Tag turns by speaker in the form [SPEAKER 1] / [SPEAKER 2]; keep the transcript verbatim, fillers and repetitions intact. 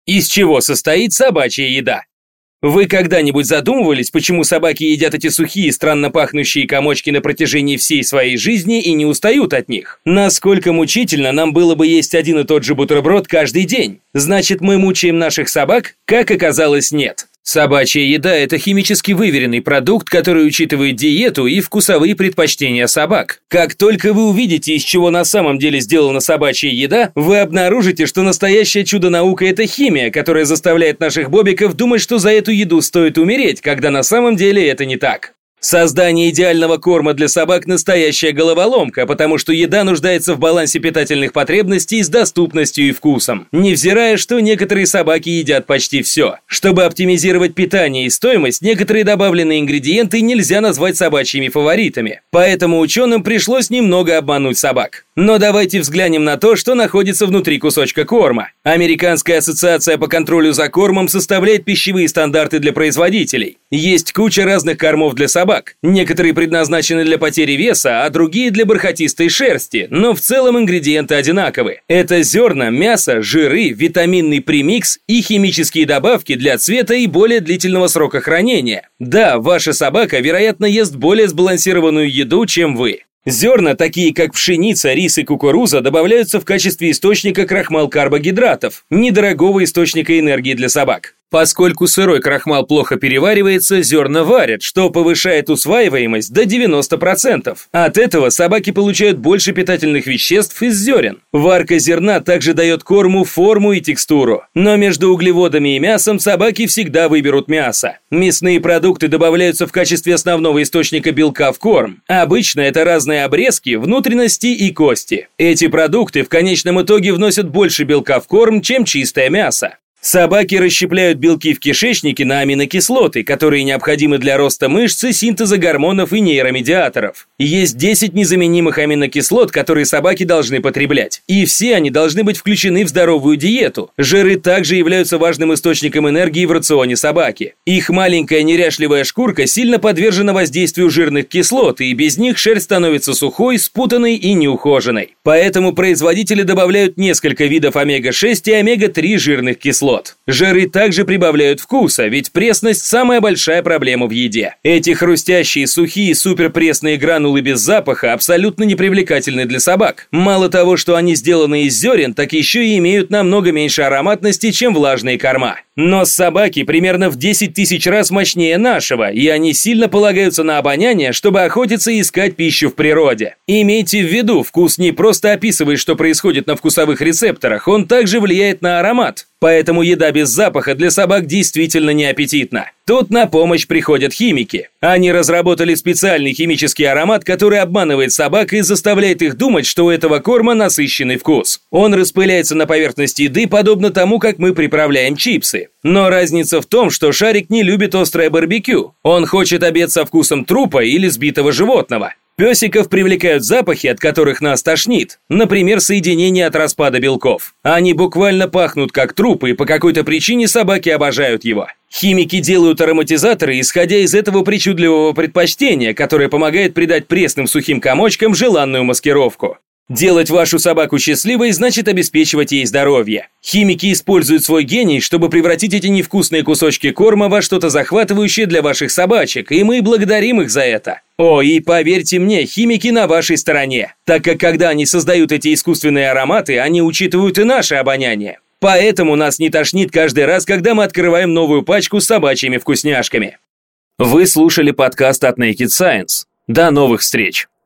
[SPEAKER 1] Из чего состоит собачья еда? Вы когда-нибудь задумывались, почему собаки едят эти сухие, странно пахнущие комочки на протяжении всей своей жизни и не устают от них? Насколько мучительно нам было бы есть один и тот же бутерброд каждый день? Значит, мы мучаем наших собак? Как оказалось, нет. Собачья еда – это химически выверенный продукт, который учитывает диету и вкусовые предпочтения собак. Как только вы увидите, из чего на самом деле сделана собачья еда, вы обнаружите, что настоящее чудо-наука – это химия, которая заставляет наших бобиков думать, что за эту еду стоит умереть, когда на самом деле это не так. Создание идеального корма для собак – настоящая головоломка, потому что еда нуждается в балансе питательных потребностей с доступностью и вкусом, невзирая, что некоторые собаки едят почти все. Чтобы оптимизировать питание и стоимость, некоторые добавленные ингредиенты нельзя назвать собачьими фаворитами, поэтому ученым пришлось немного обмануть собак. Но давайте взглянем на то, что находится внутри кусочка корма. Американская ассоциация по контролю за кормом составляет пищевые стандарты для производителей. Есть куча разных кормов для собак. Некоторые предназначены для потери веса, а другие для бархатистой шерсти, но в целом ингредиенты одинаковы. Это зерна, мясо, жиры, витаминный премикс и химические добавки для цвета и более длительного срока хранения. Да, ваша собака, вероятно, ест более сбалансированную еду, чем вы. Зерна, такие как пшеница, рис и кукуруза, добавляются в качестве источника крахмал-карбогидратов, недорогого источника энергии для собак. Поскольку сырой крахмал плохо переваривается, зерна варят, что повышает усваиваемость до девяноста процентов. От этого собаки получают больше питательных веществ из зерен. Варка зерна также дает корму форму и текстуру. Но между углеводами и мясом собаки всегда выберут мясо. Мясные продукты добавляются в качестве основного источника белка в корм. Обычно это разные обрезки, внутренности и кости. Эти продукты в конечном итоге вносят больше белка в корм, чем чистое мясо. Собаки расщепляют белки в кишечнике на аминокислоты, которые необходимы для роста мышц и синтеза гормонов и нейромедиаторов. Есть десять незаменимых аминокислот, которые собаки должны потреблять. И все они должны быть включены в здоровую диету. Жиры также являются важным источником энергии в рационе собаки. Их маленькая неряшливая шкурка сильно подвержена воздействию жирных кислот, и без них шерсть становится сухой, спутанной и неухоженной. Поэтому производители добавляют несколько видов омега шесть и омега три жирных кислот. Жиры также прибавляют вкуса, ведь пресность – самая большая проблема в еде. Эти хрустящие, сухие, суперпресные гранулы без запаха абсолютно непривлекательны для собак. Мало того, что они сделаны из зерен, так еще и имеют намного меньше ароматности, чем влажные корма. Нос собаки примерно в десять тысяч раз мощнее нашего, и они сильно полагаются на обоняние, чтобы охотиться и искать пищу в природе. Имейте в виду, вкус не просто описывает, что происходит на вкусовых рецепторах, он также влияет на аромат. Поэтому еда без запаха для собак действительно неаппетитна. Тут на помощь приходят химики. Они разработали специальный химический аромат, который обманывает собак и заставляет их думать, что у этого корма насыщенный вкус. Он распыляется на поверхности еды, подобно тому, как мы приправляем чипсы. Но разница в том, что Шарик не любит острое барбекю. Он хочет обед со вкусом трупа или сбитого животного. Песиков привлекают запахи, от которых нас тошнит, например, соединение от распада белков. Они буквально пахнут как трупы, и по какой-то причине собаки обожают его. Химики делают ароматизаторы, исходя из этого причудливого предпочтения, которое помогает придать пресным сухим комочкам желанную маскировку. Делать вашу собаку счастливой значит обеспечивать ей здоровье. Химики используют свой гений, чтобы превратить эти невкусные кусочки корма во что-то захватывающее для ваших собачек, и мы благодарим их за это. О, и поверьте мне, химики на вашей стороне, так как когда они создают эти искусственные ароматы, они учитывают и наше обоняние. Поэтому нас не тошнит каждый раз, когда мы открываем новую пачку с собачьими вкусняшками. Вы слушали подкаст от Naked Science. До новых встреч!